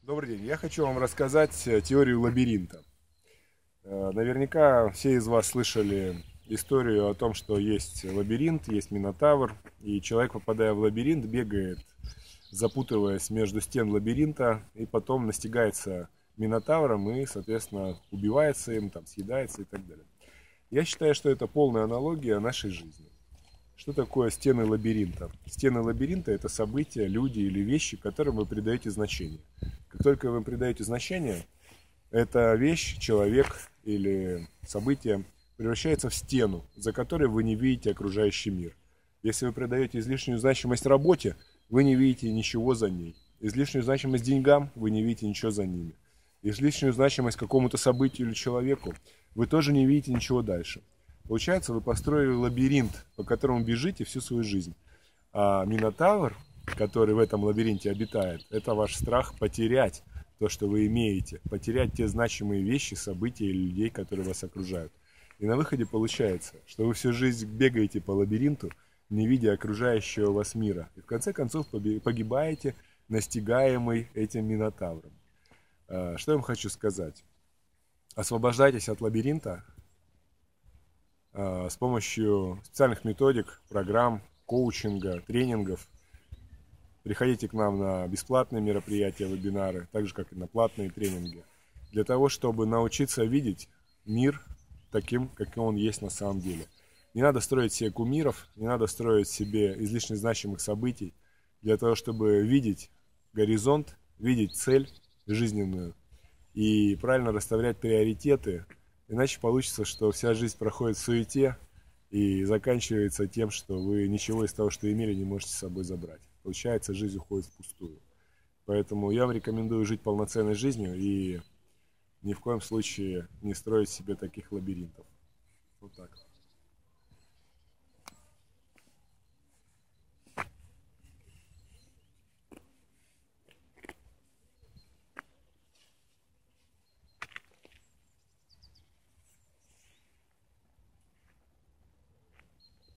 Добрый день. Я хочу вам рассказать теорию лабиринта. Наверняка все из вас слышали историю о том, что есть лабиринт, есть минотавр, и человек, попадая в лабиринт, бегает, запутываясь между стен лабиринта, и потом настигается минотавром и, соответственно, убивается им, там, съедается и так далее. Я считаю, что это полная аналогия нашей жизни. Что такое стены лабиринта? Стены лабиринта – это события, люди или вещи, которым вы придаете значение. Как только вы придаете значение, эта вещь, человек или событие превращается в стену, за которой вы не видите окружающий мир. Если вы придаете излишнюю значимость работе, вы не видите ничего за ней. Излишнюю значимость деньгам, вы не видите ничего за ними. Излишнюю значимость какому-то событию или человеку, вы тоже не видите ничего дальше. Получается, вы построили лабиринт, по которому бежите всю свою жизнь. А Минотавр, который в этом лабиринте обитает, это ваш страх потерять то, что вы имеете, потерять те значимые вещи, события или людей, которые вас окружают. И на выходе получается, что вы всю жизнь бегаете по лабиринту, не видя окружающего вас мира. И в конце концов погибаете, настигаемый этим Минотавром. Что я вам хочу сказать? Освобождайтесь от лабиринта с помощью специальных методик, программ, коучинга, тренингов. Приходите к нам на бесплатные мероприятия, вебинары, так же, как и на платные тренинги, для того, чтобы научиться видеть мир таким, каким он есть на самом деле. Не надо строить себе кумиров, не надо строить себе излишне значимых событий, для того, чтобы видеть горизонт, видеть цель жизненную и правильно расставлять приоритеты. Иначе получится, что вся жизнь проходит в суете и заканчивается тем, что вы ничего из того, что имели, не можете с собой забрать. Получается, жизнь уходит впустую. Поэтому я вам рекомендую жить полноценной жизнью и ни в коем случае не строить себе таких лабиринтов. Вот так.